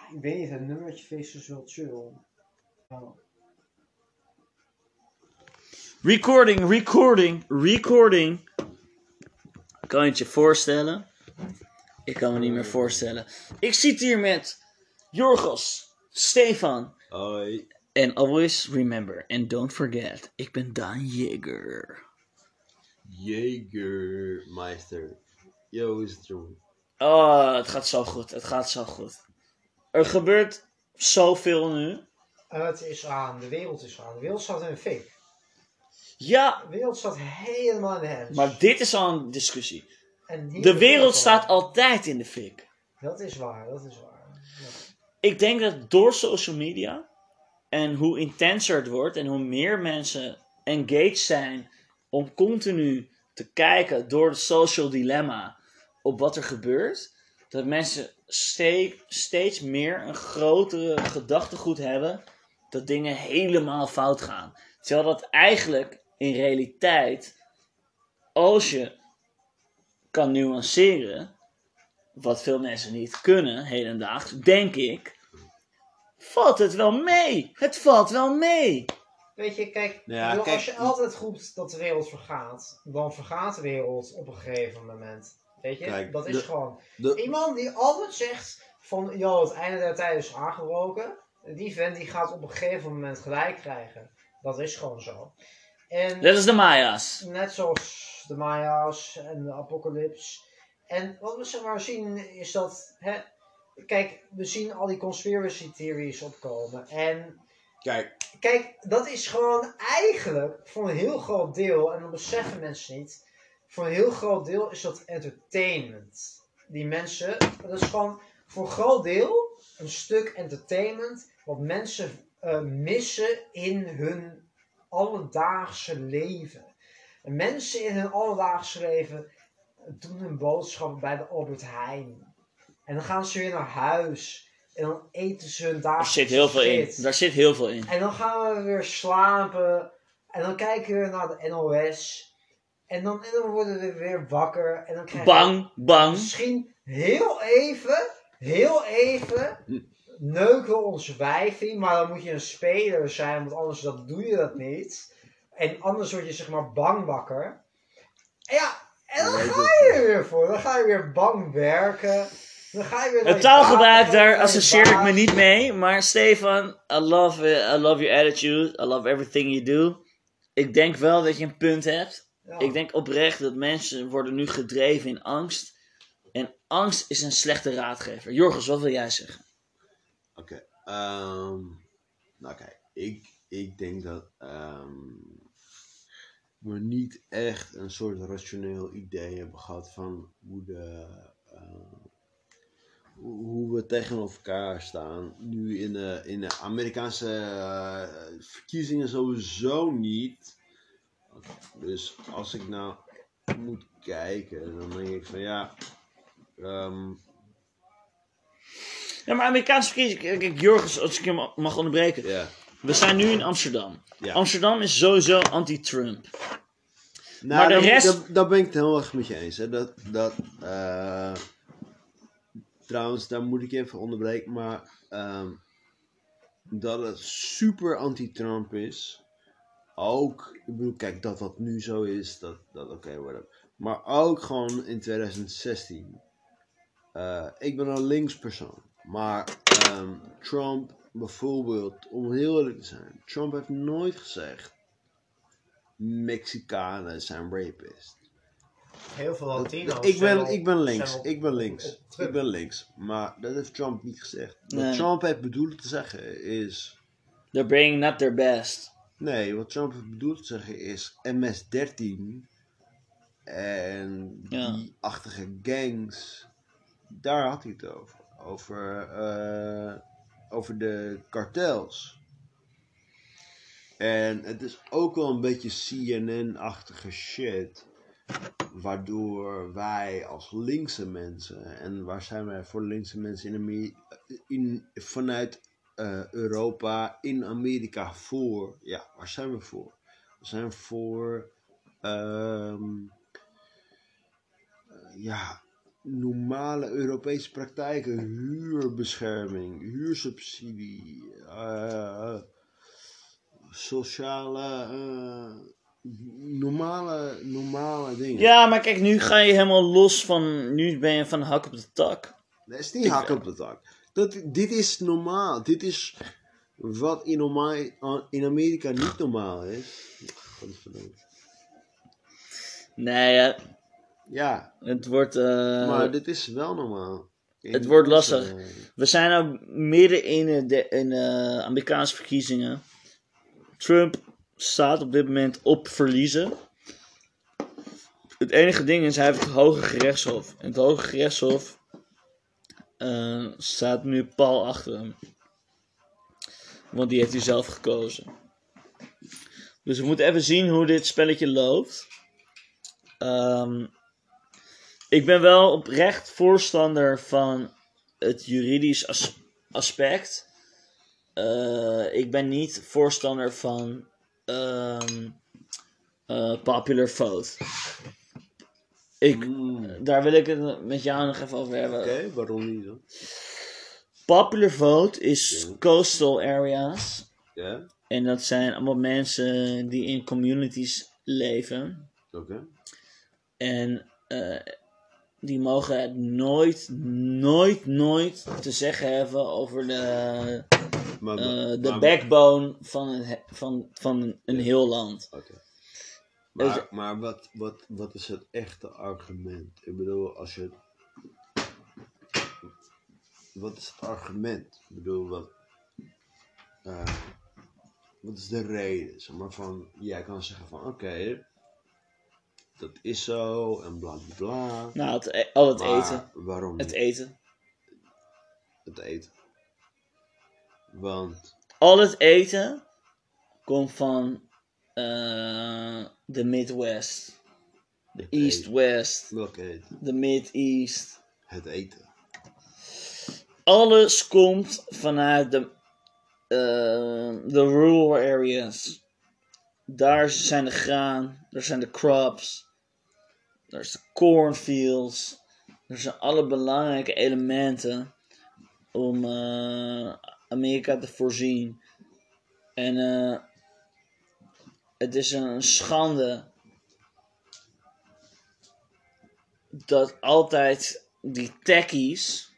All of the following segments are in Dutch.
Ik weet niet, het nummertje feest is wel chill. Oh. Recording. Kan je het je voorstellen? Ik kan me niet meer voorstellen. Ik zit hier met Jorgos, Stefan. Hoi. And always remember, and don't forget, ik ben Daan Jaeger. Jägermeister. Yo, hoe is het, jongen? Oh, het gaat zo goed. Er gebeurt zoveel nu. Het is aan, de wereld is aan. De wereld staat in een fik. Ja, De wereld staat helemaal in de hens. maar dit is al een discussie. En hier De is wereld het staat al. altijd in de fik. Dat is waar. Ja. Ik denk dat door social media en hoe intenser het wordt en hoe meer mensen engaged zijn om continu te kijken door het social dilemma op wat er gebeurt, dat mensen steeds meer een grotere gedachtegoed hebben dat dingen helemaal fout gaan. Terwijl dat eigenlijk in realiteit, als je kan nuanceren, wat veel mensen niet kunnen hedendaags, denk ik, valt het wel mee. Het valt wel mee. Weet je, kijk, Ja, bedoel, kijk, als je altijd roept dat de wereld vergaat, dan vergaat de wereld op een gegeven moment. Weet je, Kijk, dat is gewoon. de- Iemand die altijd zegt van, joh, het einde der tijden is aangebroken, die vent die gaat op een gegeven moment gelijk krijgen. Dat is gewoon zo. En Dat is de Maya's. net zoals de Maya's en de apocalyps. En wat we zeg maar zien is dat, kijk, we zien al die conspiracy theories opkomen. En kijk, dat is gewoon eigenlijk voor een heel groot deel, en dat beseffen mensen niet, voor een heel groot deel is dat entertainment. Die mensen, dat is gewoon voor een groot deel een stuk entertainment wat mensen missen in hun alledaagse leven. En mensen in hun alledaagse leven doen hun boodschappen bij de Albert Heijn. En dan gaan ze weer naar huis. En dan eten ze hun Er dagelijkse zit heel veel in. shit. Daar zit heel veel in. En dan gaan we weer slapen. En dan kijken we naar de NOS. En dan worden we weer wakker. En dan krijgen we Bang. misschien heel even neuken we onze wijfie. Maar dan moet je een speler zijn. Want anders doe je dat niet. En anders word je zeg maar bang wakker. En ja, en dan ga je er weer voor. Dan ga je weer bang werken. Dan ga je weer naar Het je taalgebruik baan, daar naar je associeer ik me baas. niet mee. Maar Stefan, I love your attitude. I love everything you do. Ik denk wel dat je een punt hebt. Ja. Ik denk oprecht dat mensen worden nu gedreven in angst. En angst is een slechte raadgever. Jorgos, wat wil jij zeggen? Oké. Nou kijk, ik denk dat we niet echt een soort rationeel idee hebben gehad van hoe we tegenover elkaar staan. Nu in de Amerikaanse verkiezingen sowieso niet. Dus als ik nou moet kijken, dan denk ik van ja. Ja, maar Amerikaanse verkiezingen... Kijk, Jorgos, als ik je mag onderbreken. Ja. We zijn nu in Amsterdam. Ja. Amsterdam is sowieso anti-Trump. Nou, Maar de rest... daar ben ik het heel erg met je eens. Hè. Trouwens, daar moet ik je even onderbreken. Maar dat het super anti-Trump is. Ook, ik bedoel, kijk, dat nu zo is, dat oké, whatever. Maar ook gewoon in 2016. Ik ben een linkspersoon. Maar Trump bijvoorbeeld, om heel eerlijk te zijn. Trump heeft nooit gezegd Mexicanen zijn rapist. Heel veel Latino's. Ik ben links. Maar dat heeft Trump niet gezegd. Wat Trump heeft bedoeld te zeggen is... They're bringing not their best. Nee, wat Trump heeft bedoeld te zeggen is MS-13 en die achtige gangs. Daar had hij het over. Over de kartels. En het is ook wel een beetje CNN-achtige shit. Waardoor wij als linkse mensen, en waar zijn wij voor linkse mensen vanuit Europa, in Amerika voor? Ja, waar zijn we voor? We zijn voor normale Europese praktijken, huurbescherming, huursubsidie, sociale, normale dingen. Ja, maar kijk, nu ga je helemaal los van, nu ben je van hak op de tak. Dat is niet hak op de tak. Dit is normaal. Dit is wat in Amerika niet normaal is. Godverdomme. Nee, Ja, het wordt... maar dit is wel normaal. Het wordt lastig. We zijn ook midden in de Amerikaanse verkiezingen. Trump staat op dit moment op verliezen. Het enige ding is, hij heeft het Hoge Gerechtshof. En het Hoge Gerechtshof staat nu pal achter hem. Want die heeft hij zelf gekozen. Dus we moeten even zien hoe dit spelletje loopt. Ik ben wel oprecht voorstander van het juridisch aspect. Ik ben niet voorstander van popular vote. Daar wil ik het met jou nog even over hebben. Oké, waarom niet dan? Popular vote is coastal areas. Ja. En dat zijn allemaal mensen die in communities leven. Oké. En die mogen het nooit te zeggen hebben over de backbone van een heel land. Oké. Maar wat is het echte argument? Ik bedoel, wat is het argument? Ik bedoel, wat is de reden? Zeg maar van, jij kan zeggen van, oké, dat is zo en bla bla bla. Nou, het eten. Waarom niet? Het eten. Het eten. Want... Al het eten komt van de Midwest. De East-West. Welk eten? De Mid-East. Het eten. Alles komt vanuit de rural areas. Daar zijn de graan, daar zijn de crops, daar zijn de cornfields. Er zijn alle belangrijke elementen om Amerika te voorzien. En het is een schande dat altijd die techies,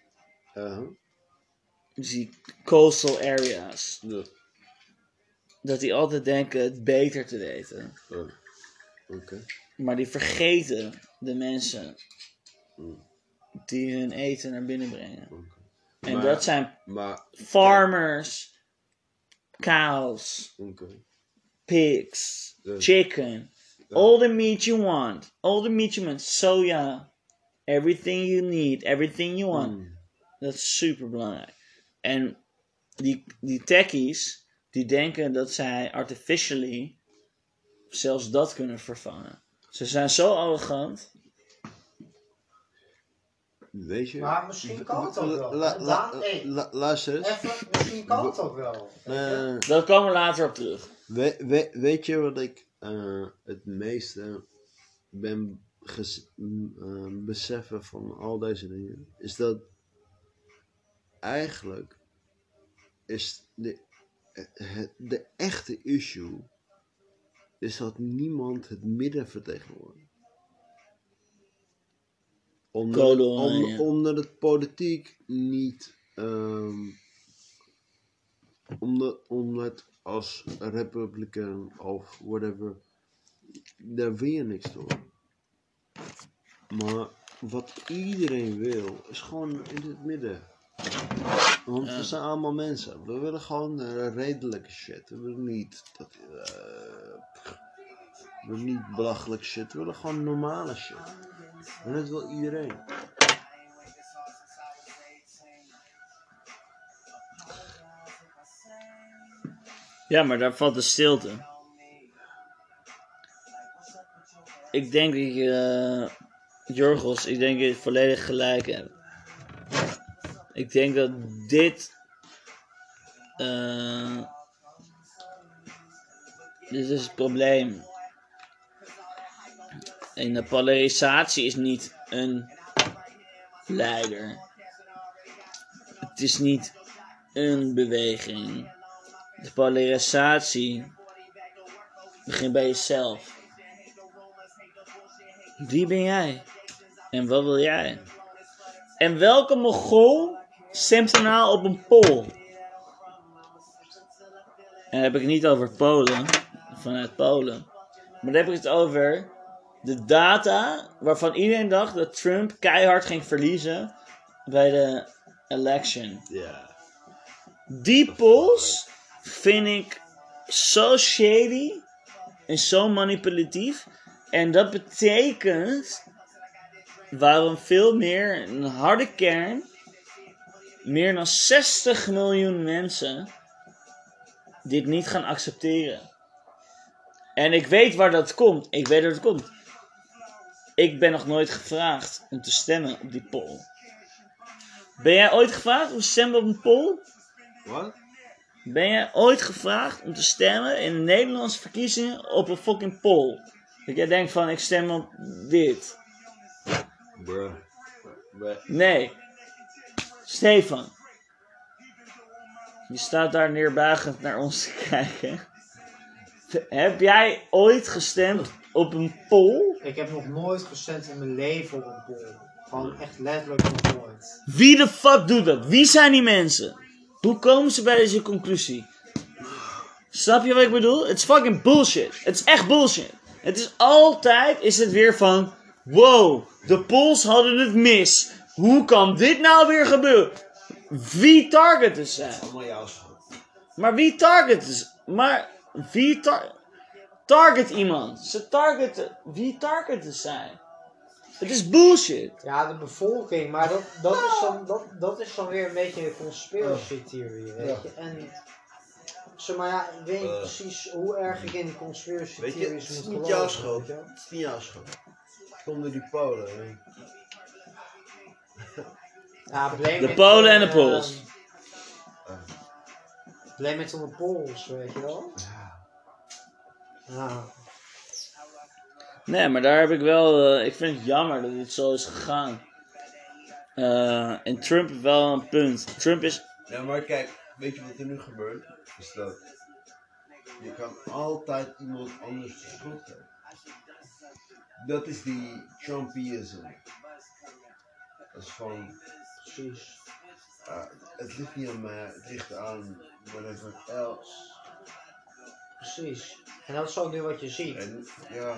die coastal areas, dat die altijd denken het beter te weten. Okay. Maar die vergeten de mensen die hun eten naar binnen brengen. En dat zijn farmers, cows, pigs, chicken, all the meat you want, soja, everything you need, everything you want. Dat is super belangrijk. En die techies, die denken dat zij artificially zelfs dat kunnen vervangen. Ze zijn zo arrogant. Weet je? Maar misschien kan het ook wel. Luister eens. Misschien kan het ook wel. Daar komen we later op terug. Weet je wat ik het meeste ben beseffen van al deze dingen? Is dat eigenlijk is de echte issue is dat niemand het midden vertegenwoordigt. Omdat het politiek niet omdat als Republican of whatever, daar win je niks door. Maar wat iedereen wil is gewoon in het midden. Want we zijn allemaal mensen. We willen gewoon redelijke shit. We willen niet niet belachelijk shit. We willen gewoon normale shit. En dat wil iedereen. Ja, maar daar valt de stilte. Ik denk dat je, Jorgos, ik denk dat je volledig gelijk hebt. Ik denk dat dit is het probleem. En de polarisatie is niet een leider. Het is niet een beweging. De polarisatie begint bij jezelf. Wie ben jij? En wat wil jij? En welke Mongool stemt er nou op een poll? En dan heb ik het niet over Polen, vanuit Polen. Maar dan heb ik het over de data waarvan iedereen dacht dat Trump keihard ging verliezen bij de election. Ja. Die polls vind ik zo shady en zo manipulatief. En dat betekent waarom veel meer een harde kern, meer dan 60 miljoen mensen, dit niet gaan accepteren. En ik weet waar dat komt. Ik weet dat het komt. Ik ben nog nooit gevraagd om te stemmen op die poll. Ben jij ooit gevraagd om te stemmen op een poll? Wat? Ben jij ooit gevraagd om te stemmen in de Nederlandse verkiezingen op een fucking poll? Dat jij denkt van, ik stem op dit. Bruh. Nee. Stefan. Je staat daar neerbuigend naar ons te kijken. Heb jij ooit gestemd op een poll? Ik heb nog nooit gestemd in mijn leven op een poll. Gewoon echt letterlijk nog nooit. Wie de fuck doet dat? Wie zijn die mensen? Hoe komen ze bij deze conclusie? Snap je wat ik bedoel? Het is fucking bullshit. Het is echt bullshit. Het is altijd, is het weer van, wow, de polls hadden het mis. Hoe kan dit nou weer gebeuren? Wie targeten zij? Allemaal jouw schuld. Maar wie targeten ze? Maar wie target iemand? Ze targeten, wie targeten zij? Het is bullshit. Ja, de bevolking, maar dat is dan weer een beetje een conspiracy theory, weet je. En, zeg maar ja, ik weet niet precies hoe erg ik in die conspiracy Weet je, theories het is moet niet geloven. jouw schuld. Het is niet jouw schuld. Het komt door die Polen. Ja, blame De it Polen on, en de Pools. Blame it on de Pools, weet je wel. Ja. Nee, maar daar heb ik wel, ik vind het jammer dat dit zo is gegaan. En Trump heeft wel een punt. Trump is... Ja, maar kijk, weet je wat er nu gebeurt? Is dat je kan altijd iemand anders de schuld geven. Dat is die Trumpisme. Dat is van, Precies. het ligt niet aan mij, het ligt aan whatever else. Precies. En dat is ook nu wat je ziet. En ja.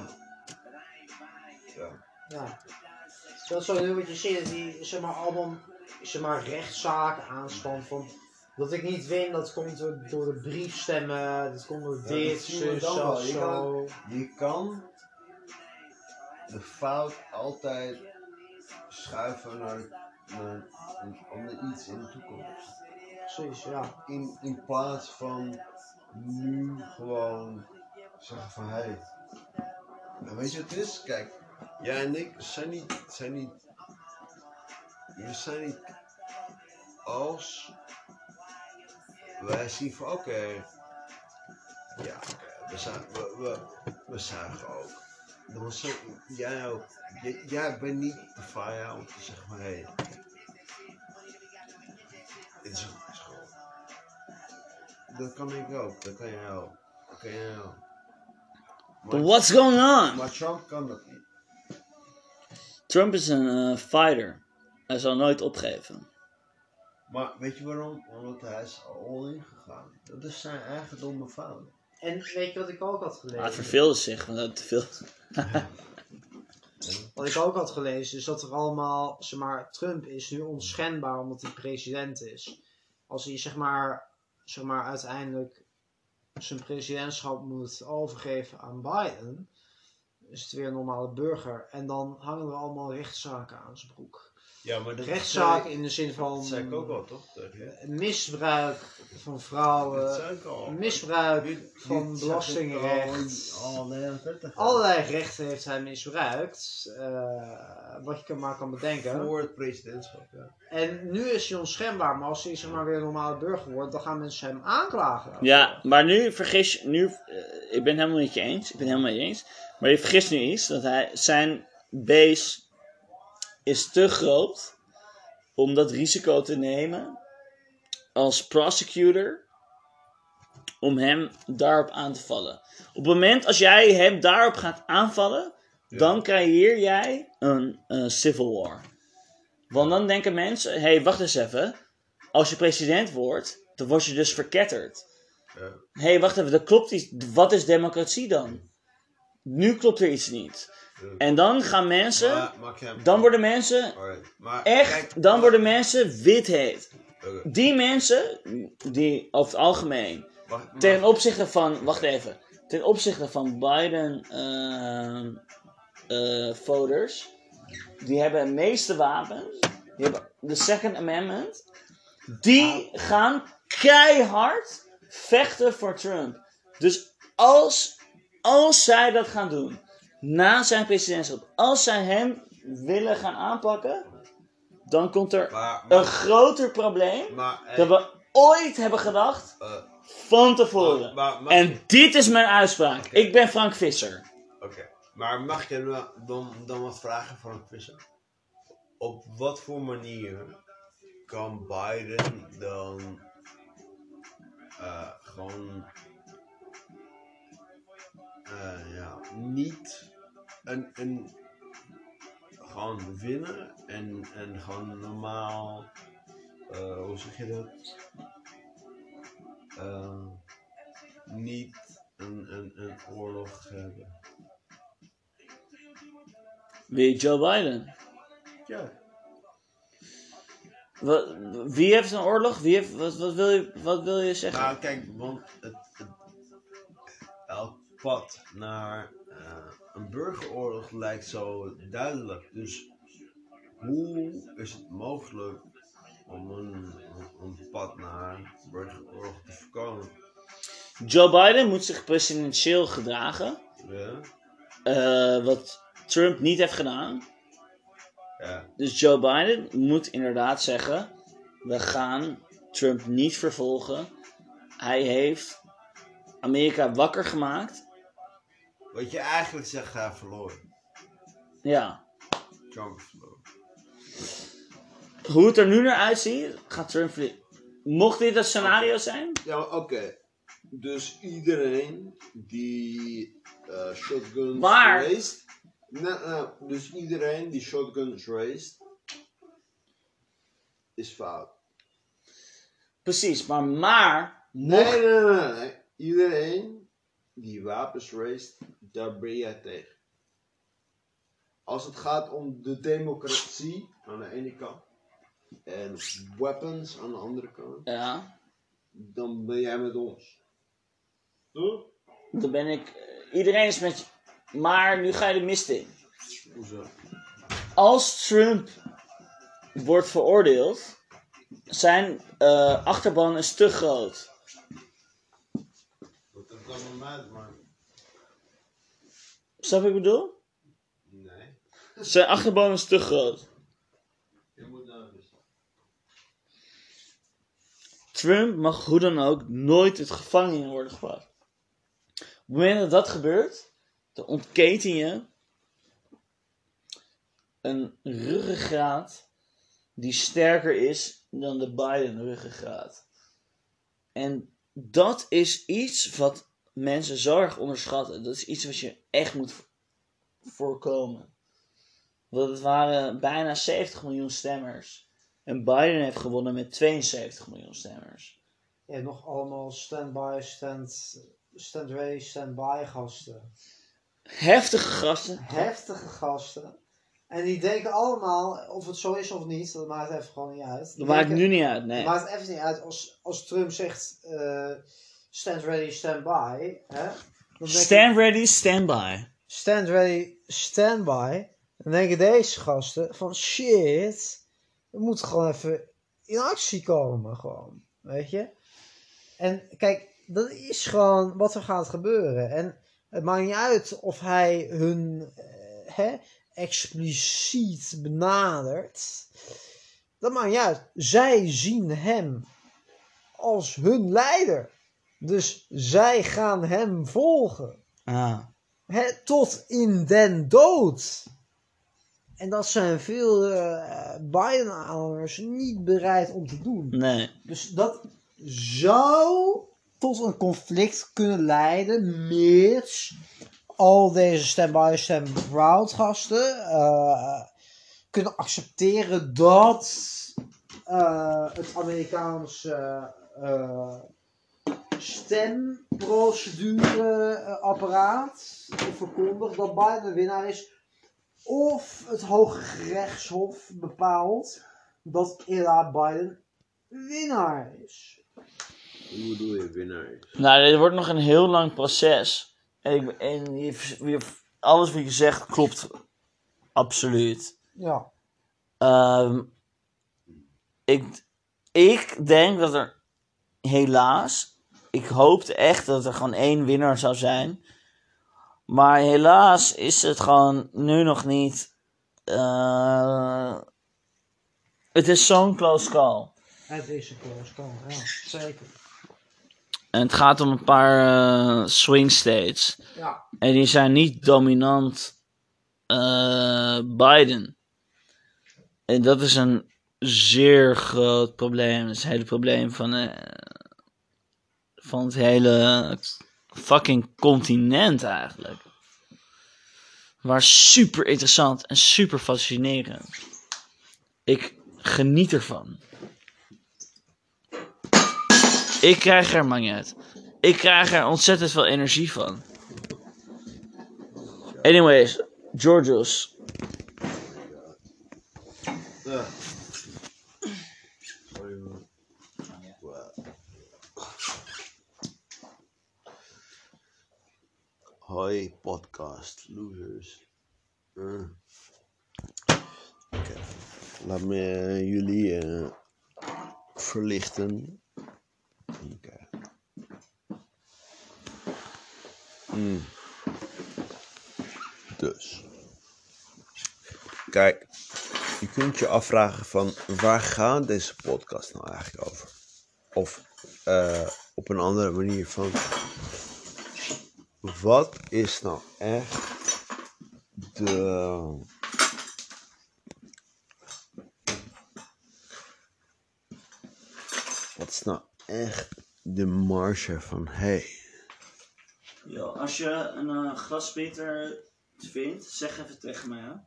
Ja. Dat is ook nu wat je ziet. Dat die, zeg maar, allemaal, zeg maar, rechtszaken aanstaan van... Dat ik niet win, dat komt door de briefstemmen, dat komt door dit, zo. Je kan de fout altijd schuiven naar een ander iets in de toekomst. Precies, ja. In plaats van nu gewoon zeggen van hey, nou weet je wat het is? Kijk, jij en ik zijn niet als wij zien van oké, we zuigen ook. Dan zeg jij ook, jij bent niet de vijand om te zeggen van hé, dit is een goede school. Dat kan ik ook, dat kan jij ook. But what's going on? Maar Trump kan dat niet. Trump is een fighter. Hij zal nooit opgeven. Maar weet je waarom? Omdat hij is al in gegaan. Dat is zijn eigen domme fout. En weet je wat ik ook had gelezen? Maar het verveelde zich, want dat te veel. Wat ik ook had gelezen is dat er allemaal, zeg maar, Trump is nu onschendbaar omdat hij president is. Als hij, zeg maar uiteindelijk zijn presidentschap moet overgeven aan Biden, is het weer een normale burger. En dan hangen er allemaal rechtszaken aan zijn broek. Ja, maar dat rechtszaken in de zin van... Dat zei ik ook al, toch? Misbruik van vrouwen, misbruik van belastingrecht. Allerlei rechten heeft hij misbruikt, wat je maar kan bedenken. Voor het presidentschap, ja. En nu is hij onschendbaar, maar als hij, zeg maar, weer een normale burger wordt, dan gaan mensen hem aanklagen. Ja, maar nu vergis je, ik ben helemaal niet je eens, maar je vergist nu iets, dat zijn base is te groot om dat risico te nemen als prosecutor om hem daarop aan te vallen. Op het moment als jij hem daarop gaat aanvallen, dan creëer jij een civil war. Want dan denken mensen, hey, wacht eens even. Als je president wordt, dan word je dus verketterd. Hey, wacht even, dat klopt iets. Wat is democratie dan? Nu klopt er iets niet. En dan gaan mensen, dan worden mensen dan worden mensen wit heet. Die mensen, die over het algemeen, ten opzichte van Biden voters, die hebben het meeste wapens, die hebben de Second Amendment, die gaan keihard vechten voor Trump. Dus als zij dat gaan doen, na zijn presidentschap, als zij hem willen gaan aanpakken, dan komt er een groter probleem dan we ooit hebben gedacht van tevoren. En dit is mijn uitspraak. Okay. Ik ben Frank Visser. Oké. Maar mag je dan wat vragen, Frank Visser? Op wat voor manier kan Biden dan gewoon niet gewoon winnen en gewoon normaal, hoe zeg je dat? Niet een oorlog hebben. Wie? Joe Biden? Ja. Wie heeft een oorlog? Wat wil je zeggen? Nou kijk, want elk pad naar een burgeroorlog lijkt zo duidelijk. Dus hoe is het mogelijk om een pad naar een burgeroorlog te voorkomen? Joe Biden moet zich presidentieel gedragen. Ja. Wat Trump niet heeft gedaan. Ja. Dus Joe Biden moet inderdaad zeggen, we gaan Trump niet vervolgen. Hij heeft Amerika wakker gemaakt. Wat je eigenlijk zegt, hij verloren. Ja. Trump verloren. Hoe het er nu naar uitziet, gaat Trump verliezen. Mocht dit het scenario zijn? Ja, oké. Dus iedereen die shotguns raised. Dus iedereen die shotguns raised is fout. Precies, maar Nee. Iedereen die wapens raised, daar ben jij tegen. Als het gaat om de democratie aan de ene kant en weapons aan de andere kant, ja, dan ben jij met ons. Huh? Dan ben ik. Iedereen is met je. Maar nu ga je de mist in. Hoezo? Als Trump wordt veroordeeld, zijn achterban is te groot. Wat heb ik dan met mij, man? Snap je wat ik bedoel? Nee. Zijn achterban is te groot. Je moet nou eens. Trump mag hoe dan ook nooit het gevangen in worden gebracht. Op het moment dat dat gebeurt, dan ontketen je een ruggengraat die sterker is dan de Biden ruggengraat. En dat is iets wat mensen zo erg onderschatten. Dat is iets wat je echt moet voorkomen. Want het waren bijna 70 miljoen stemmers. En Biden heeft gewonnen met 72 miljoen stemmers. Ja, nog allemaal stand-by, stand ready, stand-by gasten. Heftige gasten. Heftige gasten. En die denken allemaal, of het zo is of niet, dat maakt even gewoon niet uit. Dat maakt nu niet uit, nee. Dat maakt even niet uit als Trump zegt stand ready, stand by. Hè? Stand ready, stand by. Stand ready, stand by. Dan denken deze gasten van shit, we moeten gewoon even in actie komen gewoon. Weet je? En kijk, dat is gewoon wat er gaat gebeuren. En het maakt niet uit of hij hun expliciet benadert. Dat maakt niet uit. Zij zien hem als hun leider. Dus zij gaan hem volgen. Ah. Tot in den dood. En dat zijn veel Biden-aanhangers niet bereid om te doen. Nee. Dus dat zou tot een conflict kunnen leiden, mits al deze Stand By Stand Proud gasten kunnen accepteren dat het Amerikaanse stemprocedureapparaat verkondigt dat Biden de winnaar is. Of het Hoge Rechtshof bepaalt dat inderdaad Biden winnaar is. Hoe bedoel je winnaar is? Nou, dit wordt nog een heel lang proces. En alles wat je zegt klopt absoluut. Ja. Ik denk dat er helaas... Ik hoopte echt dat er gewoon 1 winnaar zou zijn. Maar helaas is het gewoon nu nog niet... het is zo'n close call. Het is een close call, ja, zeker. En het gaat om een paar swing states. Ja. En die zijn niet dominant Biden. En dat is een zeer groot probleem. Dat is het hele probleem van het hele fucking continent eigenlijk. Maar super interessant en super fascinerend. Ik geniet ervan. Ik krijg er, man niet uit. Ik krijg er ontzettend veel energie van. Anyways, Georgios. Sorry man. Hoi podcast losers. Oké. Laat me jullie verlichten. Oké. Dus. Kijk. Je kunt je afvragen van waar gaat deze podcast nou eigenlijk over? Of op een andere manier van wat is nou echt wat is nou echt de marge van Yo, als je een glasmeter vindt, zeg even tegen mij, hè?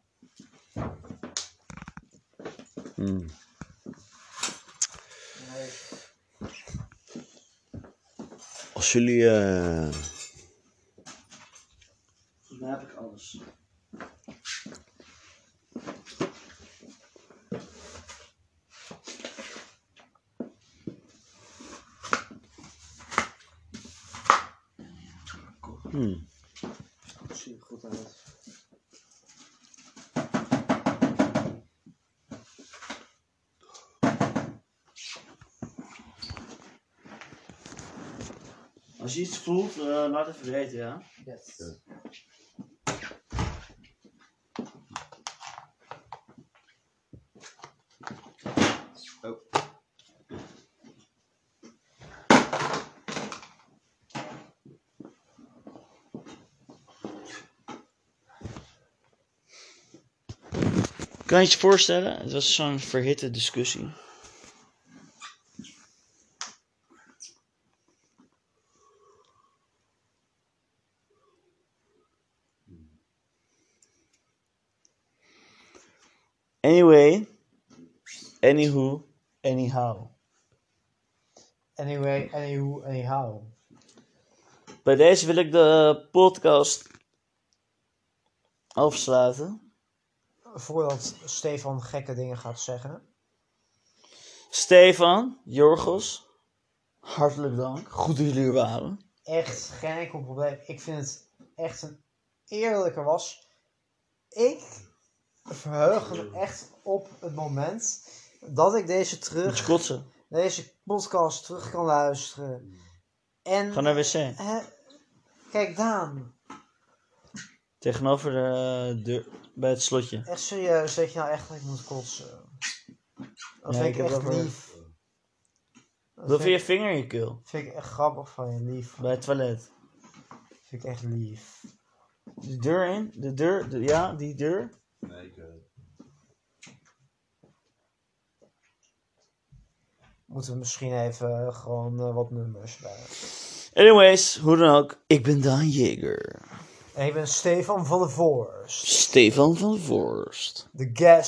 Als jullie Volgens mij heb ik alles. Dat ziet er goed uit. Als je iets voelt, laat even weten, ja? Yes. Oh. Kan je je voorstellen? Het was zo'n verhitte discussie. Anyway, anyhow. Anyway, anyhow. Bij deze wil ik de podcast afsluiten. Voordat Stefan gekke dingen gaat zeggen. Stefan, Jorgos, hartelijk dank. Goed dat jullie er waren. Echt geen enkel probleem. Ik vind het echt een eerlijke was. Ik verheug me echt op het moment dat ik Moet je kotsen. deze podcast terug kan luisteren. En Ga naar wc. Kijk Daan. Tegenover de deur, bij het slotje. Echt serieus, dat je nou echt dat ik moet kotsen. Dat Ja, vind ik ik heb echt wel lief. Wil je vinger in je keel? Vind ik echt grappig van je, lief. Bij het toilet. Vind ik echt lief. De deur in? De deur? Ja, die deur? Nee, ik moeten we misschien even gewoon wat nummers bij. Anyways, hoe dan ook. Ik ben Daan Jeger. En ik ben Stefan van der Voorst. Stefan van der Voorst. De guest.